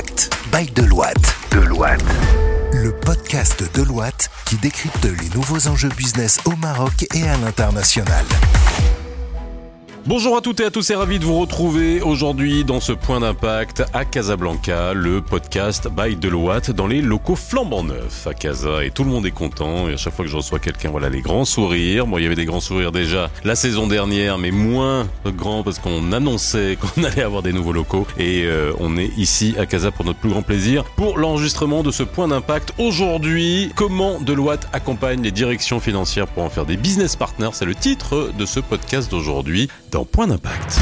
Impact by Deloitte. Le podcast Deloitte qui décrypte les nouveaux enjeux business au Maroc et à l'international. Bonjour à toutes et à tous, et ravi de vous retrouver aujourd'hui dans ce point d'impact à Casablanca, le podcast by Deloitte dans les locaux flambant neufs à Casa, et tout le monde est content, et à chaque fois que je reçois quelqu'un, voilà, les grands sourires. Bon, il y avait des grands sourires déjà la saison dernière, mais moins grands parce qu'on annonçait qu'on allait avoir des nouveaux locaux, et on est ici à Casa pour notre plus grand plaisir pour l'enregistrement de ce point d'impact. Aujourd'hui, comment Deloitte accompagne les directions financières pour en faire des business partners, c'est le titre de ce podcast d'aujourd'hui dans Point d'impact.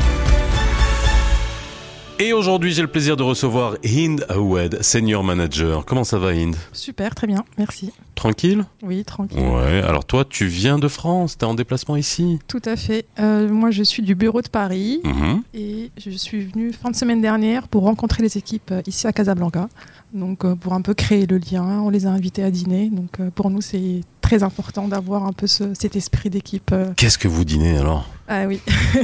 Et aujourd'hui, j'ai le plaisir de recevoir Hind Aoued, Senior Manager. Comment ça va, Hind ? Super, très bien, merci. Tranquille ? Oui, tranquille. Ouais, alors toi, tu viens de France, t'es en déplacement ici ? Tout à fait. Moi, je suis du bureau de Paris et je suis venue fin de semaine dernière pour rencontrer les équipes ici à Casablanca. Donc, pour un peu créer le lien, on les a invités à dîner. Donc, pour nous, c'est très important d'avoir un peu cet esprit d'équipe. Qu'est-ce que vous dînez alors ? Ah oui.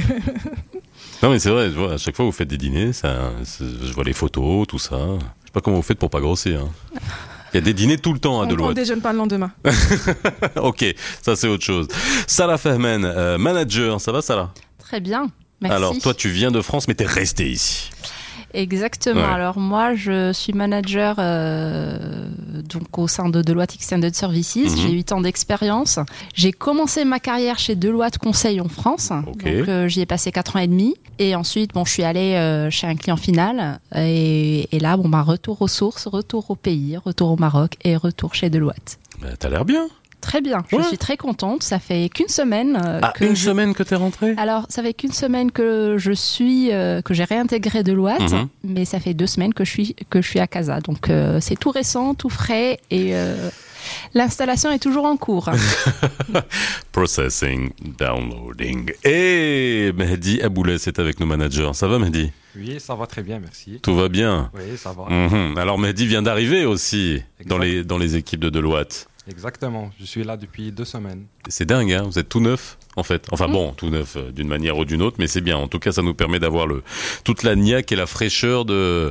Non mais c'est vrai, je vois, à chaque fois vous faites des dîners, je vois les photos, tout ça. Je sais pas comment vous faites pour pas grossir. Hein. Il y a des dîners tout le temps à Deloitte. On déjeune pas le lendemain. Ok, ça c'est autre chose. Salah Fehmen, manager, ça va Salah ? Très bien, merci. Alors toi tu viens de France mais t'es resté ici. Exactement. Ouais. Alors moi, je suis manager donc au sein de Deloitte Extended Services. J'ai 8 ans d'expérience. J'ai commencé ma carrière chez Deloitte Conseil en France. Okay. Donc j'y ai passé 4 ans et demi. Et ensuite, je suis allée chez un client final. Et là, retour aux sources, retour au pays, retour au Maroc et retour chez Deloitte. T'as l'air bien. Très bien, je suis très contente. Ça fait qu'une semaine semaine que t'es rentrée ? Alors, ça fait qu'une semaine que j'ai réintégré Deloitte, mais ça fait 2 semaines que je suis à Casa. Donc, c'est tout récent, tout frais et l'installation est toujours en cours. Processing, downloading. Et Mehdi Aboulès est avec nos managers. Ça va, Mehdi ? Oui, ça va très bien, merci. Tout va bien ? Oui, ça va. Alors, Mehdi vient d'arriver aussi dans les équipes de Deloitte. Exactement, je suis là depuis 2 semaines. C'est dingue, hein, vous êtes tout neuf en fait. Enfin tout neuf d'une manière ou d'une autre, mais c'est bien. En tout cas, ça nous permet d'avoir toute la niaque et la fraîcheur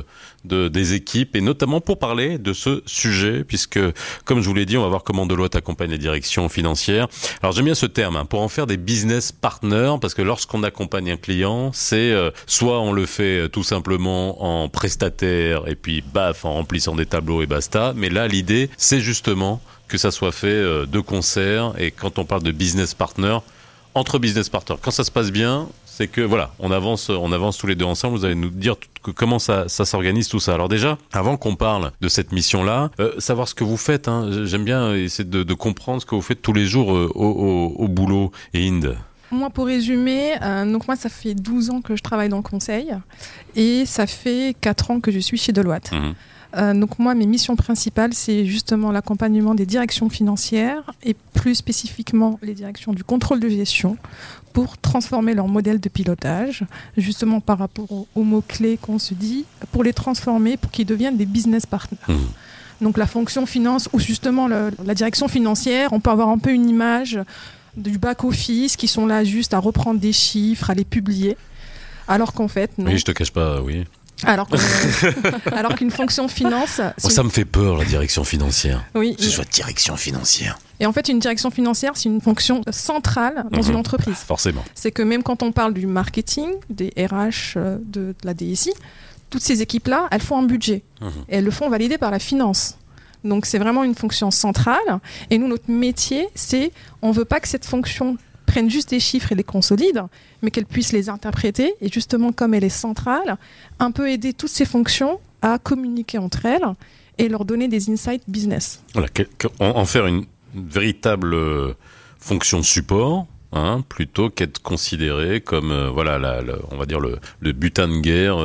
des équipes, et notamment pour parler de ce sujet, puisque, comme je vous l'ai dit, on va voir comment Deloitte accompagne les directions financières. Alors j'aime bien ce terme, pour en faire des business partners, parce que lorsqu'on accompagne un client, c'est soit on le fait tout simplement en prestataire, et puis en remplissant des tableaux et basta, mais là l'idée, c'est justement que ça soit fait de concert, et quand on parle de business partner, entre business partners, quand ça se passe bien, c'est que voilà, on avance tous les deux ensemble. Vous allez nous dire comment ça s'organise tout ça. Alors déjà, avant qu'on parle de cette mission-là, savoir ce que vous faites. Hein, j'aime bien essayer de comprendre ce que vous faites tous les jours au boulot. Et Hind ? Moi, pour résumer, moi, ça fait 12 ans que je travaille dans le conseil et ça fait 4 ans que je suis chez Deloitte. Donc moi, mes missions principales, c'est justement l'accompagnement des directions financières et plus spécifiquement les directions du contrôle de gestion pour transformer leur modèle de pilotage, justement par rapport aux mots-clés qu'on se dit, pour les transformer, pour qu'ils deviennent des business partners. Donc la fonction finance ou justement la direction financière, on peut avoir un peu une image du back-office qui sont là juste à reprendre des chiffres, à les publier, alors qu'en fait... non. Oui, je te cache pas, oui. Alors qu'une fonction finance... ça me fait peur, la direction financière. Oui. Je vois direction financière. Et en fait, une direction financière, c'est une fonction centrale dans une entreprise. Forcément. C'est que même quand on parle du marketing, des RH, de la DSI, toutes ces équipes-là, elles font un budget. Et elles le font valider par la finance. Donc, c'est vraiment une fonction centrale. Et nous, notre métier, on ne veut pas que cette fonction prenne juste des chiffres et les consolide, mais qu'elle puisse les interpréter. Et justement, comme elle est centrale, un peu aider toutes ces fonctions à communiquer entre elles et leur donner des insights business. Voilà, en faire une véritable fonction support, plutôt qu'être considéré comme on va dire le butin de guerre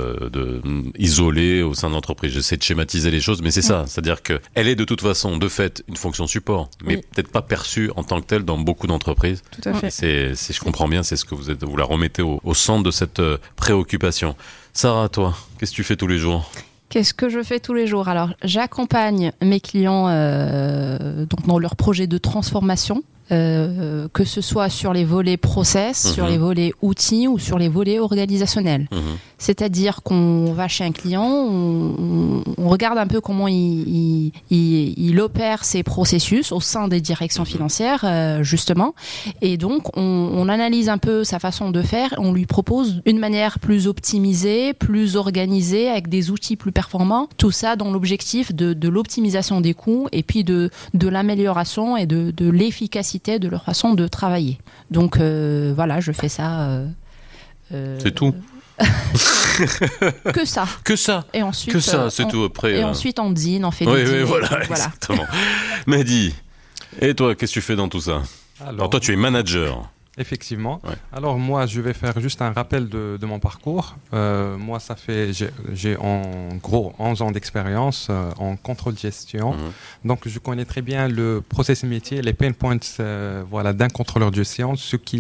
isolé au sein de l'entreprise. J'essaie de schématiser les choses, mais c'est ça, c'est-à-dire que elle est de toute façon de fait une fonction support, mais peut-être pas perçue en tant que telle dans beaucoup d'entreprises. Tout à fait. Si je comprends bien, c'est ce que vous la remettez au centre de cette préoccupation. Sarah, toi, qu'est-ce que tu fais tous les jours ? Qu'est-ce que je fais tous les jours ? Alors, j'accompagne mes clients donc dans leur projet de transformation que ce soit sur les volets process, sur les volets outils ou sur les volets organisationnels. C'est-à-dire qu'on va chez un client, on regarde un peu comment il opère ses processus au sein des directions financières, justement, et donc on analyse un peu sa façon de faire, on lui propose une manière plus optimisée, plus organisée, avec des outils plus performants, tout ça dans l'objectif de l'optimisation des coûts et puis de l'amélioration et de l'efficacité de leur façon de travailler. Donc voilà, je fais ça. C'est tout. Que ça. Que ça. Et ensuite, que ça, c'est tout après. Et ensuite on dîne, on fait des dîners. Oui, voilà, voilà. exactement. Mehdi, et toi, qu'est-ce que tu fais dans tout ça? Alors toi, tu es manager. Effectivement. Ouais. Alors moi, je vais faire juste un rappel de mon parcours. Moi, j'ai en gros 11 ans d'expérience en contrôle de gestion. Donc, je connais très bien le processus métier, les pain points d'un contrôleur de gestion,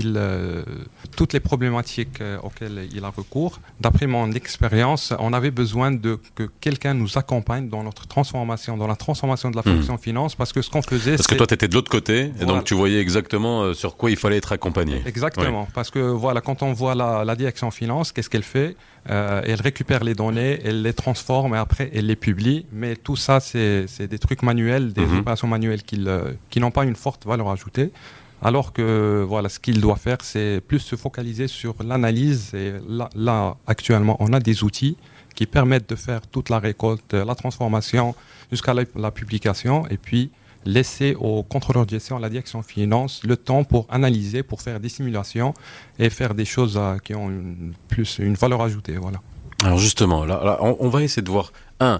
toutes les problématiques auxquelles il a recours. D'après mon expérience, on avait besoin que quelqu'un nous accompagne dans notre transformation, dans la transformation de la fonction finance, parce que ce qu'on faisait... Parce que toi, tu étais de l'autre côté, et donc tu voyais exactement sur quoi il fallait être accompagné. Exactement, parce que voilà, quand on voit la direction finance, qu'est-ce qu'elle fait? Elle récupère les données, elle les transforme et après elle les publie. Mais tout ça, c'est des trucs manuels, des opérations manuelles qui n'ont pas une forte valeur ajoutée. Alors que voilà, ce qu'il doit faire, c'est plus se focaliser sur l'analyse. Et là, actuellement, on a des outils qui permettent de faire toute la récolte, la transformation jusqu'à la publication, et puis laisser aux contrôleurs de gestion, à la direction finance, le temps pour analyser, pour faire des simulations et faire des choses qui ont une valeur ajoutée. Voilà. Alors justement, là, on va essayer de voir,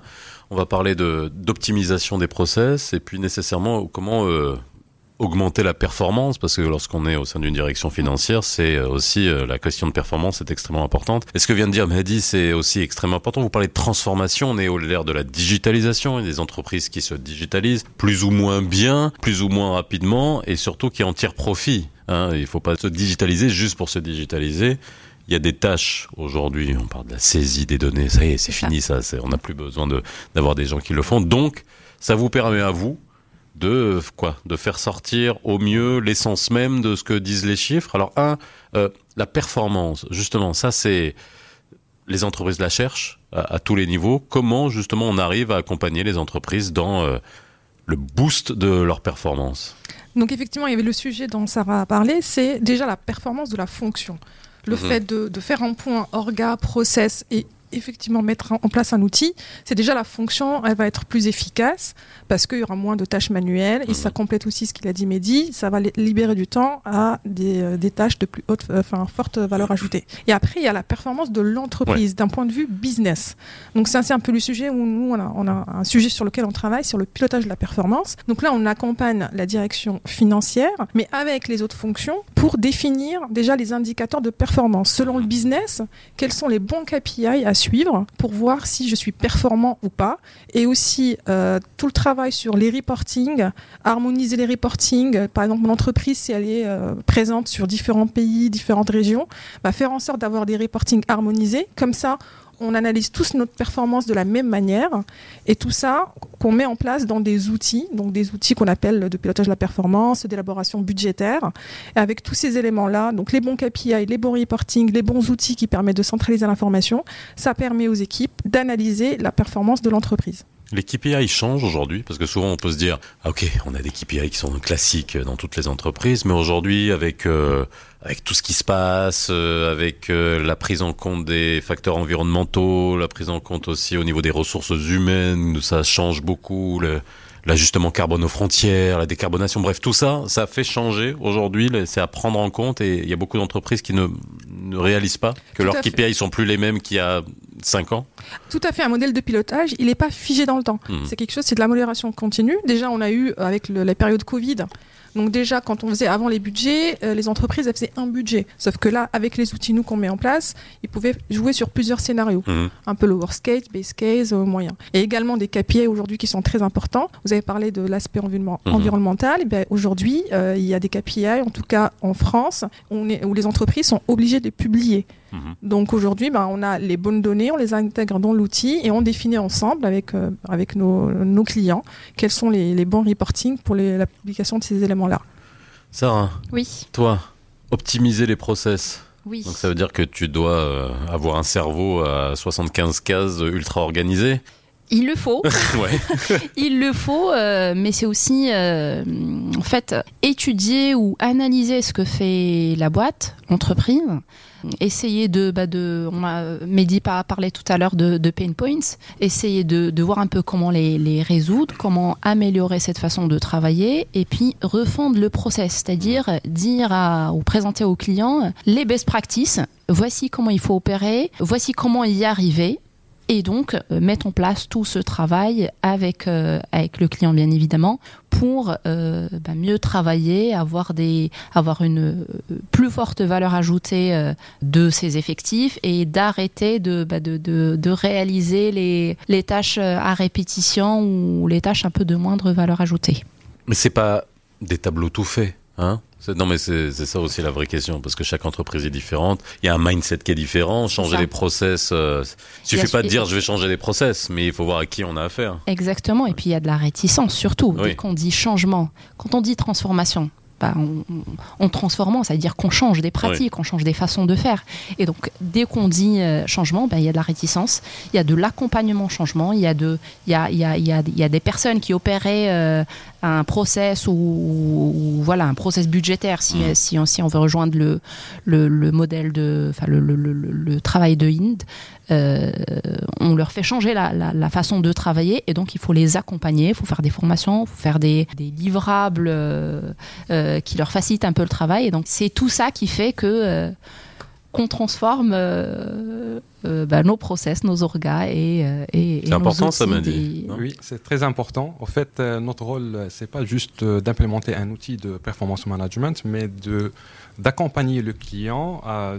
on va parler d'optimisation des process et puis nécessairement comment augmenter la performance, parce que lorsqu'on est au sein d'une direction financière, c'est aussi la question de performance est extrêmement importante. Et ce que vient de dire Mehdi, c'est aussi extrêmement important. Vous parlez de transformation, on est au l'ère de la digitalisation, il y a des entreprises qui se digitalisent plus ou moins bien, plus ou moins rapidement, et surtout qui en tirent profit. Il ne faut pas se digitaliser juste pour se digitaliser. Il y a des tâches aujourd'hui, on parle de la saisie des données, ça y est, c'est fini ça, on n'a plus besoin d'avoir des gens qui le font. Donc, ça vous permet à vous de faire sortir au mieux l'essence même de ce que disent les chiffres. Alors la performance, justement, ça c'est les entreprises la cherchent à tous les niveaux. Comment justement on arrive à accompagner les entreprises dans le boost de leur performance? Donc effectivement, il y avait le sujet dont Sarah a parlé, c'est déjà la performance de la fonction. Le fait de faire un point orga, process et effectivement mettre en place un outil, c'est déjà la fonction, elle va être plus efficace parce qu'il y aura moins de tâches manuelles et ça complète aussi ce qu'il a dit Mehdi, ça va libérer du temps à des tâches de plus forte valeur ajoutée. Et après, il y a la performance de l'entreprise d'un point de vue business. Donc ça, c'est un peu le sujet où nous, on a un sujet sur lequel on travaille, sur le pilotage de la performance. Donc là, on accompagne la direction financière, mais avec les autres fonctions pour définir déjà les indicateurs de performance. Selon le business, quels sont les bons KPI à suivre pour voir si je suis performant ou pas, et aussi tout le travail sur les reporting, harmoniser les reporting. Par exemple, mon entreprise, si elle est présente sur différents pays, différentes régions, faire en sorte d'avoir des reporting harmonisés. Comme ça, on analyse tous notre performance de la même manière, et tout ça qu'on met en place dans des outils, donc des outils qu'on appelle de pilotage de la performance, d'élaboration budgétaire, et avec tous ces éléments-là, donc les bons KPI, les bons reporting, les bons outils qui permettent de centraliser l'information, ça permet aux équipes d'analyser la performance de l'entreprise. Les KPI changent aujourd'hui, parce que souvent on peut se dire ok, on a des KPI qui sont classiques dans toutes les entreprises, mais aujourd'hui avec tout ce qui se passe, avec la prise en compte des facteurs environnementaux, la prise en compte aussi au niveau des ressources humaines, ça change beaucoup, l'ajustement carbone aux frontières, la décarbonation, bref, tout ça, ça fait changer aujourd'hui, c'est à prendre en compte, et il y a beaucoup d'entreprises qui ne réalisent pas que leurs KPI sont plus les mêmes qu'il y a 5 ans. Tout à fait, un modèle de pilotage, il n'est pas figé dans le temps. C'est quelque chose, c'est de l'amélioration continue. Déjà, on a eu, avec la période Covid, donc déjà, quand on faisait avant les budgets, les entreprises, elles faisaient un budget. Sauf que là, avec les outils nous qu'on met en place, ils pouvaient jouer sur plusieurs scénarios. Un peu le worst case, base case, moyen. Et également des KPI aujourd'hui qui sont très importants. Vous avez parlé de l'aspect environnemental. Et bien, aujourd'hui, il y a des KPI, en tout cas en France, où les entreprises sont obligées de les publier. Donc aujourd'hui, on a les bonnes données, on les intègre dans l'outil et on définit ensemble avec nos clients quels sont les bons reporting pour la publication de ces éléments-là. Sarah. Oui. Toi, optimiser les process. Oui. Donc ça veut dire que tu dois avoir un cerveau à 75 cases ultra organisé. Il le faut. Ouais. Il le faut, mais c'est aussi en fait étudier ou analyser ce que fait la boîte, l'entreprise. Essayer Mehdi parlait tout à l'heure de pain points, essayer de voir un peu comment les résoudre, comment améliorer cette façon de travailler et puis refondre le process, c'est-à-dire dire ou présenter aux clients les best practices, voici comment il faut opérer, voici comment y arriver. Et donc, mettre en place tout ce travail avec le client, bien évidemment, pour mieux travailler, avoir une plus forte valeur ajoutée de ses effectifs et d'arrêter de réaliser les tâches à répétition ou les tâches un peu de moindre valeur ajoutée. Mais c'est pas des tableaux tout faits, hein ? Non, mais c'est ça aussi la vraie question, parce que chaque entreprise est différente. Il y a un mindset qui est différent. Changer les process, suffit pas de dire je vais changer les process, mais il faut voir à qui on a affaire. Exactement. Et puis il y a de la réticence, surtout Oui. dès qu'on dit changement. Quand on dit transformation, en transformant, ça veut dire qu'on change des pratiques, on change des façons de faire. Et donc, dès qu'on dit changement, il y a de la réticence, il y a de l'accompagnement au changement, il y a des personnes qui opéraient un process ou un process budgétaire si on veut rejoindre le modèle le travail de Hind. On leur fait changer la façon de travailler et donc il faut les accompagner, il faut faire des formations, il faut faire des livrables qui leur facilitent un peu le travail et donc c'est tout ça qui fait qu'on transforme nos process, nos orgas et c'est important nos ça m'a dit. Oui, c'est très important. En fait, notre rôle, c'est pas juste d'implémenter un outil de performance management, mais d'accompagner le client à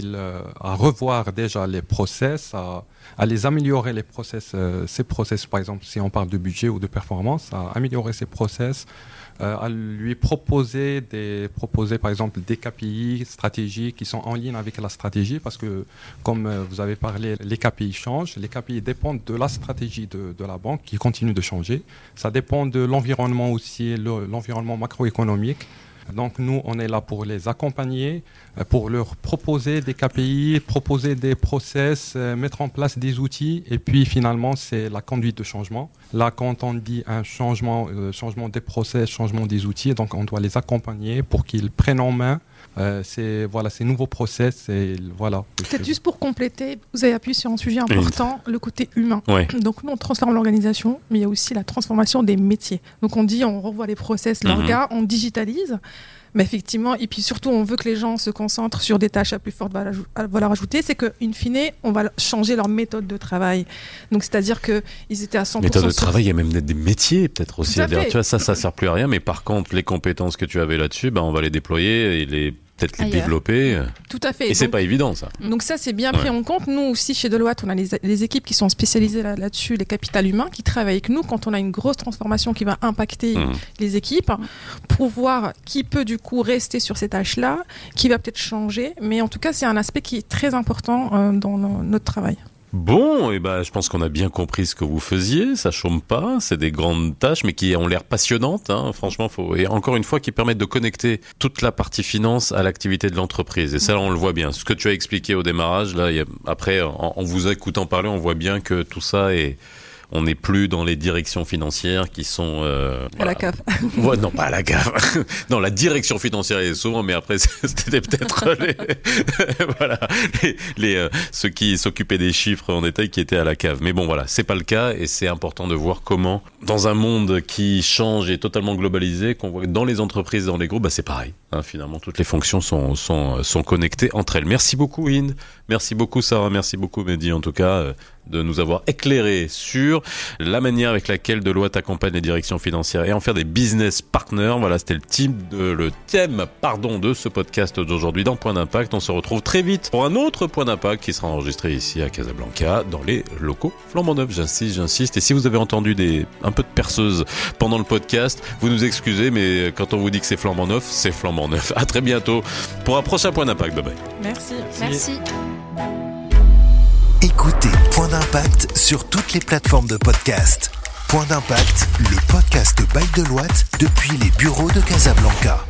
revoir déjà les process, à les améliorer les process, ces process par exemple si on parle de budget ou de performance, à améliorer ces process, à lui proposer par exemple des KPI stratégiques qui sont en ligne avec la stratégie parce que comme vous avez parlé, les KPI changent, les KPI dépendent de la stratégie de la banque qui continue de changer, ça dépend de l'environnement aussi, l'environnement macroéconomique. Donc nous, on est là pour les accompagner, pour leur proposer des KPI, proposer des process, mettre en place des outils. Et puis finalement, c'est la conduite de changement. Là, quand on dit un changement des process, changement des outils, donc on doit les accompagner pour qu'ils prennent en main ces nouveaux process. Et voilà. Peut-être juste pour compléter, vous avez appuyé sur un sujet important, le côté humain. Ouais. Donc nous, on transforme l'organisation, mais il y a aussi la transformation des métiers. Donc on revoit les process, l'orga, on digitalise. Mais effectivement, et puis surtout, on veut que les gens se concentrent sur des tâches à plus forte valeur ajoutée. C'est qu'in fine, on va changer leur méthode de travail. Donc, c'est-à-dire qu'ils étaient à 100%. Méthode de travail, il y a même des métiers peut-être aussi. À fait. Tu vois, ça sert plus à rien. Mais par contre, les compétences que tu avais là-dessus, on va les déployer et peut-être les développer. Tout à fait. Et c'est pas évident, ça. Donc ça, c'est bien pris en compte. Nous aussi, chez Deloitte, on a les équipes qui sont spécialisées là-dessus, les capitales humains, qui travaillent avec nous quand on a une grosse transformation qui va impacter les équipes, pour voir qui peut du coup rester sur ces tâches-là, qui va peut-être changer. Mais en tout cas, c'est un aspect qui est très important dans notre travail. Bon, je pense qu'on a bien compris ce que vous faisiez, ça chôme pas, c'est des grandes tâches mais qui ont l'air passionnantes, franchement, et encore une fois qui permettent de connecter toute la partie finance à l'activité de l'entreprise, et ça là, on le voit bien. Ce que tu as expliqué au démarrage, là, après, en vous écoutant parler, on voit bien que tout ça on n'est plus dans les directions financières qui sont... à la cave. Ouais, non, pas à la cave. Non, la direction financière est souvent, mais après, c'était peut-être ceux qui s'occupaient des chiffres en détail qui étaient à la cave. Mais bon, voilà, c'est pas le cas et c'est important de voir comment, dans un monde qui change et totalement globalisé, qu'on voit dans les entreprises, dans les groupes, c'est pareil. Finalement, toutes les fonctions sont connectées entre elles. Merci beaucoup, Hind. Merci beaucoup, Sarah. Merci beaucoup, Mehdi, en tout cas, de nous avoir éclairé sur la manière avec laquelle Deloitte accompagne les directions financières et en faire des business partners. Voilà, c'était le thème de ce podcast d'aujourd'hui dans Point d'Impact. On se retrouve très vite pour un autre Point d'Impact qui sera enregistré ici à Casablanca dans les locaux flambant neufs. J'insiste. Et si vous avez entendu un peu de perceuse pendant le podcast, vous nous excusez, mais quand on vous dit que c'est flambant neuf, c'est flambant neuf. À très bientôt pour un prochain Point d'Impact. Bye bye. Merci. Écoutez Point d'Impact sur toutes les plateformes de podcast. Point d'Impact, le podcast by Deloitte depuis les bureaux de Casablanca.